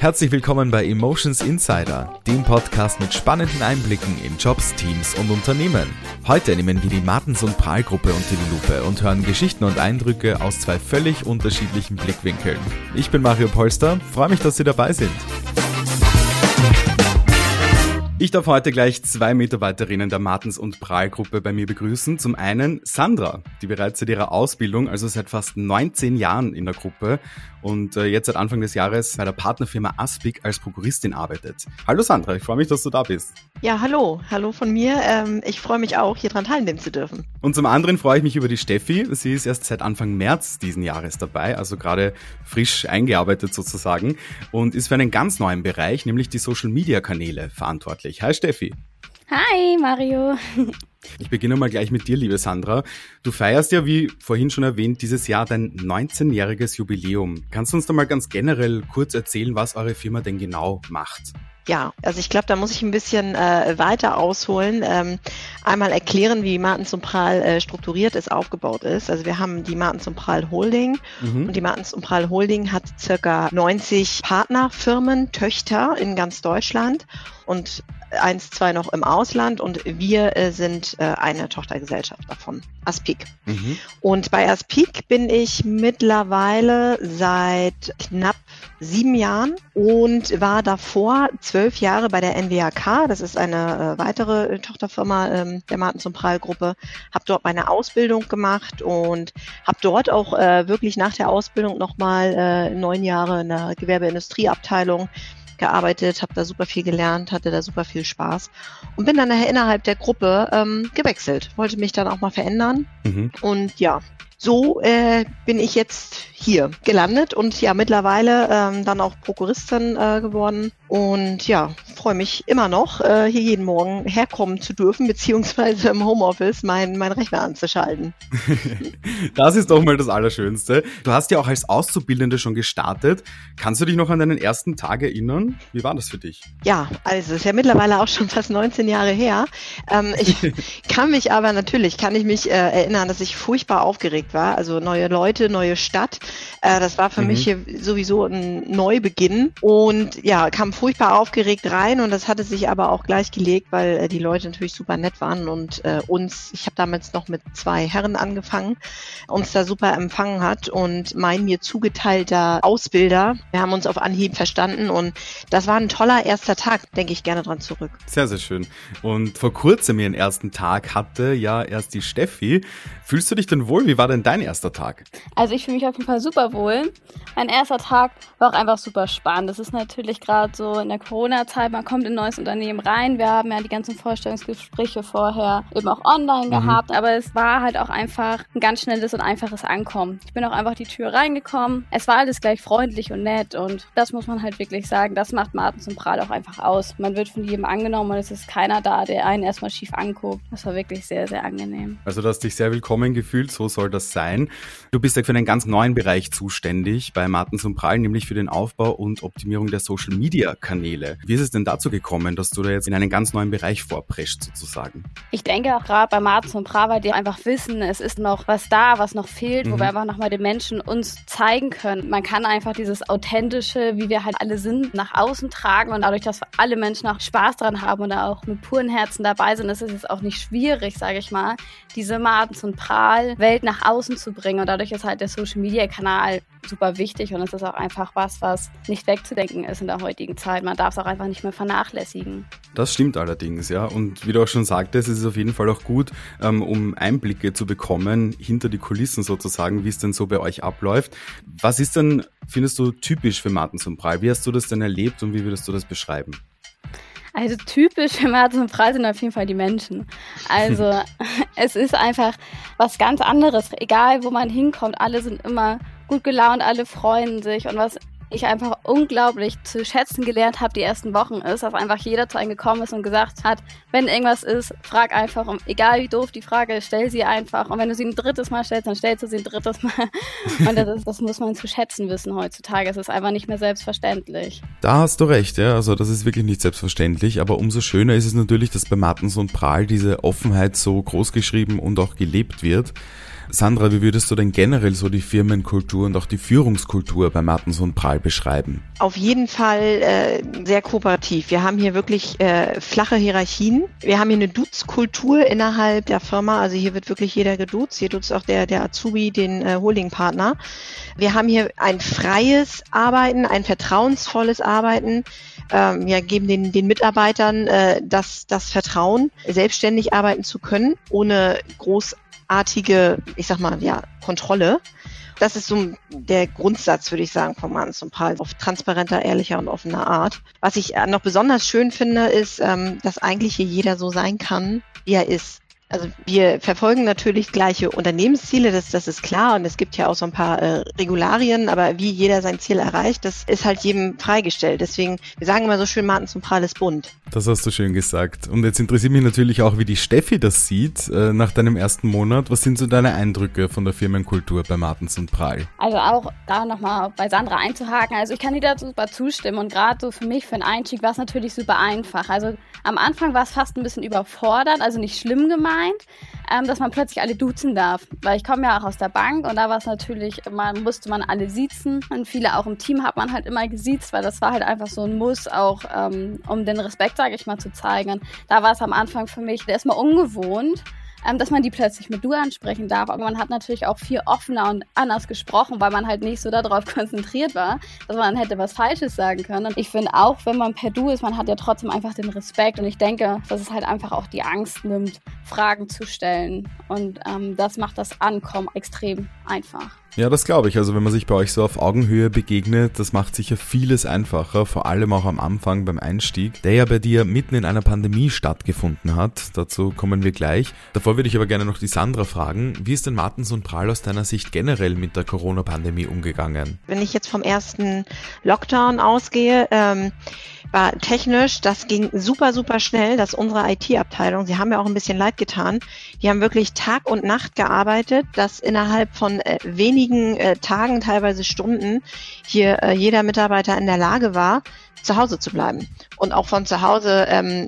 Herzlich willkommen bei Emotions Insider, dem Podcast mit spannenden Einblicken in Jobs, Teams und Unternehmen. Heute nehmen wir die Martens & Prahl-Gruppe unter die Lupe und hören Geschichten und Eindrücke aus zwei völlig unterschiedlichen Blickwinkeln. Ich bin Mario Polster, freue mich, dass Sie dabei sind. Ich darf heute gleich zwei Mitarbeiterinnen der Martens & Prahl-Gruppe bei mir begrüßen. Zum einen Sandra, die bereits seit ihrer Ausbildung, also seit fast 19 Jahren in der Gruppe und jetzt seit Anfang des Jahres bei der Partnerfirma Aspic als Prokuristin arbeitet. Hallo Sandra, ich freue mich, dass du da bist. Ja, hallo von mir. Ich freue mich auch, hier dran teilnehmen zu dürfen. Und zum anderen freue ich mich über die Steffi. Sie ist erst seit Anfang März diesen Jahres dabei, also gerade frisch eingearbeitet sozusagen und ist für einen ganz neuen Bereich, nämlich die Social-Media-Kanäle verantwortlich. Hi Steffi. Hi Mario. Ich beginne mal gleich mit dir, liebe Sandra. Du feierst ja, wie vorhin schon erwähnt, dieses Jahr dein 19-jähriges Jubiläum. Kannst du uns da mal ganz generell kurz erzählen, was eure Firma denn genau macht? Ja, also ich glaube, da muss ich ein bisschen weiter ausholen. Einmal erklären, wie Martens & Prahl strukturiert ist, aufgebaut ist. Also wir haben die Martens & Prahl Holding und die Martens & Prahl Holding hat circa 90 Partnerfirmen, Töchter in ganz Deutschland und 1, 2 noch im Ausland und wir sind eine Tochtergesellschaft davon, Aspic. Und bei Aspic bin ich mittlerweile seit knapp 7 Jahren und war davor 12 Jahre bei der NWAK, das ist eine weitere Tochterfirma der Martens & Prahl Gruppe, habe dort meine Ausbildung gemacht und habe dort auch wirklich nach der Ausbildung nochmal 9 Jahre in der Gewerbe-Industrieabteilung gearbeitet, habe da super viel gelernt, hatte da super viel Spaß und bin dann nachher innerhalb der Gruppe gewechselt, wollte mich dann auch mal verändern und ja, so bin ich jetzt hier gelandet und ja, mittlerweile dann auch Prokuristin geworden und ja, freue mich immer noch, hier jeden Morgen herkommen zu dürfen, beziehungsweise im Homeoffice meinen Rechner anzuschalten. Das ist doch mal das Allerschönste. Du hast ja auch als Auszubildende schon gestartet. Kannst du dich noch an deinen ersten Tag erinnern? Wie war das für dich? Ja, also ist ja mittlerweile auch schon fast 19 Jahre her. Ich kann mich erinnern, dass ich furchtbar aufgeregt war. Also neue Leute, neue Stadt. Das war für mich hier sowieso ein Neubeginn und ja, kam furchtbar aufgeregt rein und das hatte sich aber auch gleich gelegt, weil die Leute natürlich super nett waren und ich habe damals noch mit 2 Herren angefangen, uns da super empfangen hat und mein mir zugeteilter Ausbilder, wir haben uns auf Anhieb verstanden und das war ein toller erster Tag, denke ich gerne dran zurück. Sehr, sehr schön. Und vor kurzem ihren ersten Tag hatte ja erst die Steffi. Fühlst du dich denn wohl? Wie war denn dein erster Tag? Also ich fühle mich auf jeden Fall super wohl. Mein erster Tag war auch einfach super spannend. Das ist natürlich gerade so in der Corona-Zeit, man kommt in ein neues Unternehmen rein. Wir haben ja die ganzen Vorstellungsgespräche vorher eben auch online gehabt, aber es war halt auch einfach ein ganz schnelles und einfaches Ankommen. Ich bin auch einfach die Tür reingekommen. Es war alles gleich freundlich und nett und das muss man halt wirklich sagen, das macht Martens & Prahl auch einfach aus. Man wird von jedem angenommen und es ist keiner da, der einen erstmal schief anguckt. Das war wirklich sehr, sehr angenehm. Also du hast dich sehr willkommen gefühlt, so soll das sein. Du bist ja für einen ganz neuen Bereich zuständig bei Martens & Prahl, nämlich für den Aufbau und Optimierung der Social-Media-Kanäle. Wie ist es denn dazu gekommen, dass du da jetzt in einen ganz neuen Bereich vorprescht sozusagen? Ich denke auch gerade bei Martens & Prahl, weil die einfach wissen, es ist noch was da, was noch fehlt, wo wir einfach nochmal den Menschen uns zeigen können. Man kann einfach dieses Authentische, wie wir halt alle sind, nach außen tragen und dadurch, dass alle Menschen auch Spaß dran haben und auch mit puren Herzen dabei sind, ist es jetzt auch nicht schwierig, sage ich mal, diese Martens & Prahl Welt nach außen zu bringen und dadurch ist halt der Social-Media-Kanal super wichtig und es ist auch einfach was nicht wegzudenken ist in der heutigen Zeit. Man darf es auch einfach nicht mehr vernachlässigen. Das stimmt allerdings, ja. Und wie du auch schon sagtest, ist es auf jeden Fall auch gut, um Einblicke zu bekommen, hinter die Kulissen sozusagen, wie es denn so bei euch abläuft. Was ist denn, findest du, typisch für Martens & Prahl? Wie hast du das denn erlebt und wie würdest du das beschreiben? Also typisch für Martens & Prahl sind auf jeden Fall die Menschen. Also es ist einfach was ganz anderes. Egal, wo man hinkommt, alle sind immer gut gelaunt, alle freuen sich. Und was ich einfach unglaublich zu schätzen gelernt habe die ersten Wochen ist, dass einfach jeder zu einem gekommen ist und gesagt hat, wenn irgendwas ist, frag einfach. Und egal wie doof die Frage ist, stell sie einfach. Und wenn du sie ein drittes Mal stellst, dann stellst du sie ein drittes Mal. Und das muss man zu schätzen wissen heutzutage. Es ist einfach nicht mehr selbstverständlich. Da hast du recht, ja. Also das ist wirklich nicht selbstverständlich. Aber umso schöner ist es natürlich, dass bei Martens & Prahl diese Offenheit so groß geschrieben und auch gelebt wird. Sandra, wie würdest du denn generell so die Firmenkultur und auch die Führungskultur bei Martens & Prahl beschreiben? Auf jeden Fall sehr kooperativ. Wir haben hier wirklich flache Hierarchien. Wir haben hier eine Dutzkultur innerhalb der Firma. Also hier wird wirklich jeder geduzt. Hier duzt auch der Azubi den Holdingpartner. Wir haben hier ein freies Arbeiten, ein vertrauensvolles Arbeiten. Wir geben den Mitarbeitern das Vertrauen, selbstständig arbeiten zu können, ohne großartige, Kontrolle. Das ist so der Grundsatz, würde ich sagen, von Martens & Prahl, auf transparenter, ehrlicher und offener Art. Was ich noch besonders schön finde, ist, dass eigentlich hier jeder so sein kann, wie er ist. Also wir verfolgen natürlich gleiche Unternehmensziele, das ist klar, und es gibt ja auch so ein paar Regularien, aber wie jeder sein Ziel erreicht, das ist halt jedem freigestellt. Deswegen, wir sagen immer so schön, Martens & Prahl ist bunt. Das hast du schön gesagt. Und jetzt interessiert mich natürlich auch, wie die Steffi das sieht nach deinem ersten Monat. Was sind so deine Eindrücke von der Firmenkultur bei Martens & Prahl? Also auch da nochmal bei Sandra einzuhaken. Also ich kann dir dazu super zustimmen, und gerade so für mich, für den Einstieg, war es natürlich super einfach. Also am Anfang war es fast ein bisschen überfordernd, also nicht schlimm gemeint, dass man plötzlich alle duzen darf. Weil ich komme ja auch aus der Bank, und da war es natürlich, musste man alle siezen, und viele auch im Team hat man halt immer gesiezt, weil das war halt einfach so ein Muss, auch um den Respekt, sage ich mal, zu zeigen. Und da war es am Anfang für mich erstmal ungewohnt, dass man die plötzlich mit Du ansprechen darf. Aber man hat natürlich auch viel offener und anders gesprochen, weil man halt nicht so darauf konzentriert war, dass man hätte was Falsches sagen können. Und ich finde auch, wenn man per Du ist, man hat ja trotzdem einfach den Respekt. Und ich denke, dass es halt einfach auch die Angst nimmt, Fragen zu stellen. Und das macht das Ankommen extrem einfach. Ja, das glaube ich. Also wenn man sich bei euch so auf Augenhöhe begegnet, das macht sicher vieles einfacher, vor allem auch am Anfang beim Einstieg, der ja bei dir mitten in einer Pandemie stattgefunden hat. Dazu kommen wir gleich. Davor würde ich aber gerne noch die Sandra fragen. Wie ist denn Martens & Prahl aus deiner Sicht generell mit der Corona-Pandemie umgegangen? Wenn ich jetzt vom ersten Lockdown ausgehe, war technisch, das ging super, super schnell, dass unsere IT-Abteilung, sie haben mir auch ein bisschen leid getan, die haben wirklich Tag und Nacht gearbeitet, dass innerhalb von wenigen Tagen, teilweise Stunden, hier jeder Mitarbeiter in der Lage war, zu Hause zu bleiben und auch von zu Hause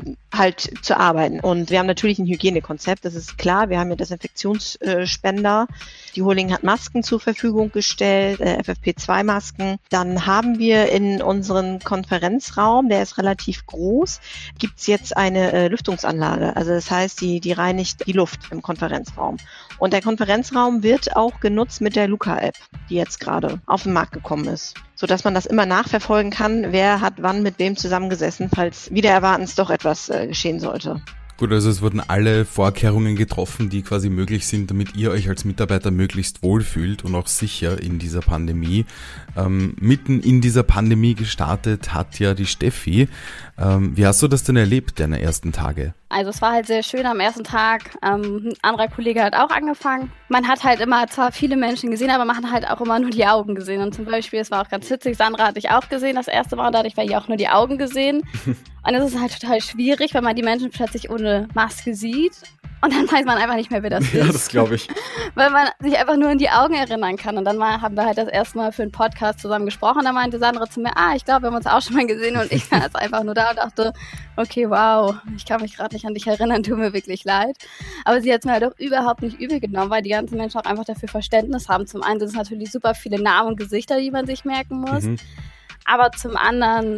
halt zu arbeiten. Und wir haben natürlich ein Hygienekonzept, das ist klar. Wir haben ja Desinfektionsspender. Die Holding hat Masken zur Verfügung gestellt, FFP2-Masken. Dann haben wir in unseren Konferenzraum, der ist relativ groß, gibt's jetzt eine Lüftungsanlage. Also das heißt, die reinigt die Luft im Konferenzraum. Und der Konferenzraum wird auch genutzt mit der Luca-App, die jetzt gerade auf den Markt gekommen ist, sodass man das immer nachverfolgen kann, wer hat wann mit wem zusammengesessen, falls wider Erwartens doch etwas geschehen sollte. Gut, also es wurden alle Vorkehrungen getroffen, die quasi möglich sind, damit ihr euch als Mitarbeiter möglichst wohlfühlt und auch sicher in dieser Pandemie. Mitten in dieser Pandemie gestartet hat ja die Steffi. Wie hast du das denn erlebt, deine ersten Tage? Also es war halt sehr schön am ersten Tag. Ein anderer Kollege hat auch angefangen. Man hat halt immer zwar viele Menschen gesehen, aber man hat halt auch immer nur die Augen gesehen. Und zum Beispiel, es war auch ganz witzig, Sandra hatte ich auch gesehen das erste Mal, und dadurch war ich auch nur die Augen gesehen. Und es ist halt total schwierig, wenn man die Menschen plötzlich ohne Maske sieht. Und dann weiß man einfach nicht mehr, wer das ist. Ja, das glaube ich. Weil man sich einfach nur in die Augen erinnern kann. Und dann haben wir halt das erste Mal für einen Podcast zusammen gesprochen. Da meinte Sandra zu mir, ich glaube, wir haben uns auch schon mal gesehen. Und ich war jetzt einfach nur da und dachte, okay, wow, ich kann mich gerade nicht an dich erinnern, tut mir wirklich leid. Aber sie hat es mir halt auch überhaupt nicht übel genommen, weil die ganzen Menschen auch einfach dafür Verständnis haben. Zum einen sind es natürlich super viele Namen und Gesichter, die man sich merken muss. Aber zum anderen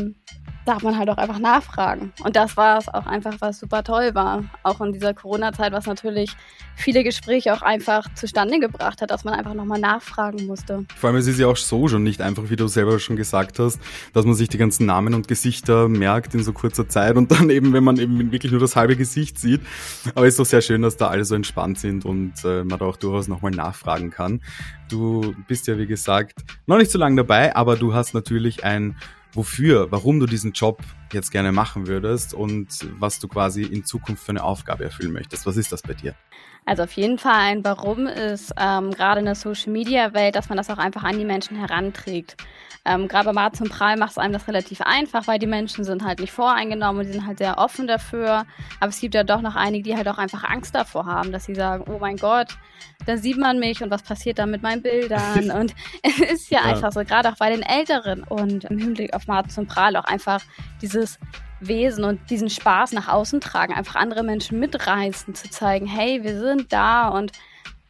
darf man halt auch einfach nachfragen. Und das war es auch einfach, was super toll war. Auch in dieser Corona-Zeit, was natürlich viele Gespräche auch einfach zustande gebracht hat, dass man einfach nochmal nachfragen musste. Vor allem, es ist ja auch so schon nicht einfach, wie du selber schon gesagt hast, dass man sich die ganzen Namen und Gesichter merkt in so kurzer Zeit und dann eben, wenn man eben wirklich nur das halbe Gesicht sieht. Aber es ist doch sehr schön, dass da alle so entspannt sind und man da auch durchaus nochmal nachfragen kann. Du bist ja, wie gesagt, noch nicht so lange dabei, aber du hast natürlich warum du diesen Job jetzt gerne machen würdest und was du quasi in Zukunft für eine Aufgabe erfüllen möchtest. Was ist das bei dir? Also auf jeden Fall ein Warum ist gerade in der Social-Media-Welt, dass man das auch einfach an die Menschen heranträgt. Gerade bei Martens & Prahl macht es einem das relativ einfach, weil die Menschen sind halt nicht voreingenommen und die sind halt sehr offen dafür. Aber es gibt ja doch noch einige, die halt auch einfach Angst davor haben, dass sie sagen, oh mein Gott, da sieht man mich und was passiert dann mit meinen Bildern? Und es ist ja einfach so, gerade auch bei den Älteren und im Hinblick auf Martens & Prahl auch einfach dieses Wesen und diesen Spaß nach außen tragen, einfach andere Menschen mitreißen, zu zeigen, hey, wir sind da und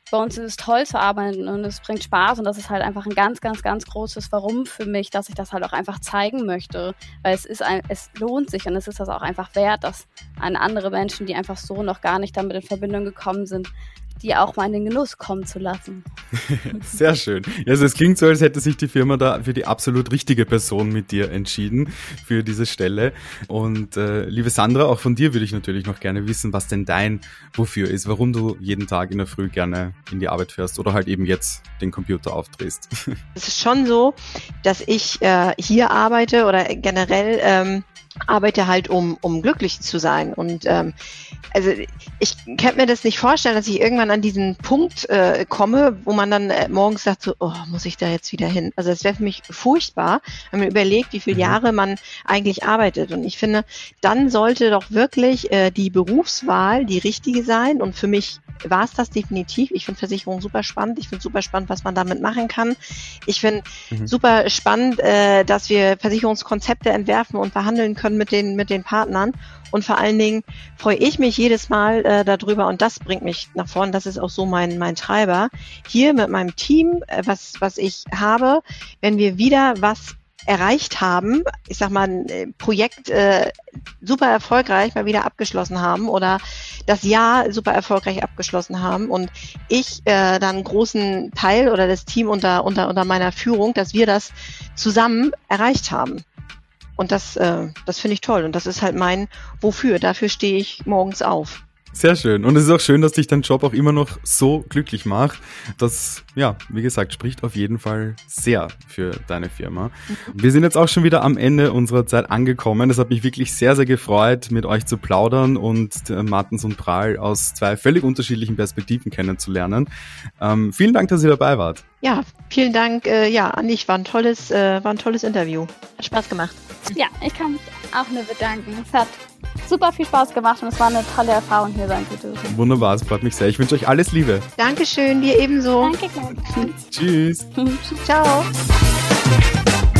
bei uns ist es toll zu arbeiten und es bringt Spaß und das ist halt einfach ein ganz, ganz, ganz großes Warum für mich, dass ich das halt auch einfach zeigen möchte, weil es lohnt sich und es ist das auch einfach wert, dass an andere Menschen, die einfach so noch gar nicht damit in Verbindung gekommen sind, die auch mal in den Genuss kommen zu lassen. Sehr schön. Also es klingt so, als hätte sich die Firma da für die absolut richtige Person mit dir entschieden für diese Stelle. Und liebe Sandra, auch von dir würde ich natürlich noch gerne wissen, was denn dein Wofür ist, warum du jeden Tag in der Früh gerne in die Arbeit fährst oder halt eben jetzt den Computer aufdrehst. Es ist schon so, dass ich hier arbeite oder generell arbeite halt, um glücklich zu sein. Und also ich kann mir das nicht vorstellen, dass ich irgendwann an diesen Punkt komme, wo man dann morgens sagt so, oh, muss ich da jetzt wieder hin? Also das wäre für mich furchtbar, wenn man überlegt, wie viele Jahre man eigentlich arbeitet. Und ich finde, dann sollte doch wirklich die Berufswahl die richtige sein. Und für mich war es das definitiv. Ich finde Versicherung super spannend. Ich finde super spannend, was man damit machen kann. Ich finde super spannend, dass wir Versicherungskonzepte entwerfen und verhandeln können mit den Partnern. Und vor allen Dingen freue ich mich jedes Mal darüber und das bringt mich nach vorne. Das ist auch so mein Treiber. Hier mit meinem Team, was ich habe, wenn wir wieder was erreicht haben, ich sag mal, ein Projekt super erfolgreich mal wieder abgeschlossen haben oder das Jahr super erfolgreich abgeschlossen haben und ich dann einen großen Teil oder das Team unter meiner Führung, dass wir das zusammen erreicht haben. Und das finde ich toll und das ist halt mein Wofür. Dafür stehe ich morgens auf. Sehr schön. Und es ist auch schön, dass dich dein Job auch immer noch so glücklich macht. Das, ja, wie gesagt, spricht auf jeden Fall sehr für deine Firma. Wir sind jetzt auch schon wieder am Ende unserer Zeit angekommen. Es hat mich wirklich sehr, sehr gefreut, mit euch zu plaudern und Martens und Prahl aus zwei völlig unterschiedlichen Perspektiven kennenzulernen. Vielen Dank, dass ihr dabei wart. Ja, vielen Dank, Anni, war ein tolles Interview. Hat Spaß gemacht. Ja, ich kann mich auch nur bedanken. Es hat super viel Spaß gemacht und es war eine tolle Erfahrung, hier sein zu dürfen. Wunderbar, es freut mich sehr. Ich wünsche euch alles Liebe. Dankeschön, dir ebenso. Danke, gleichfalls. Tschüss. Ciao.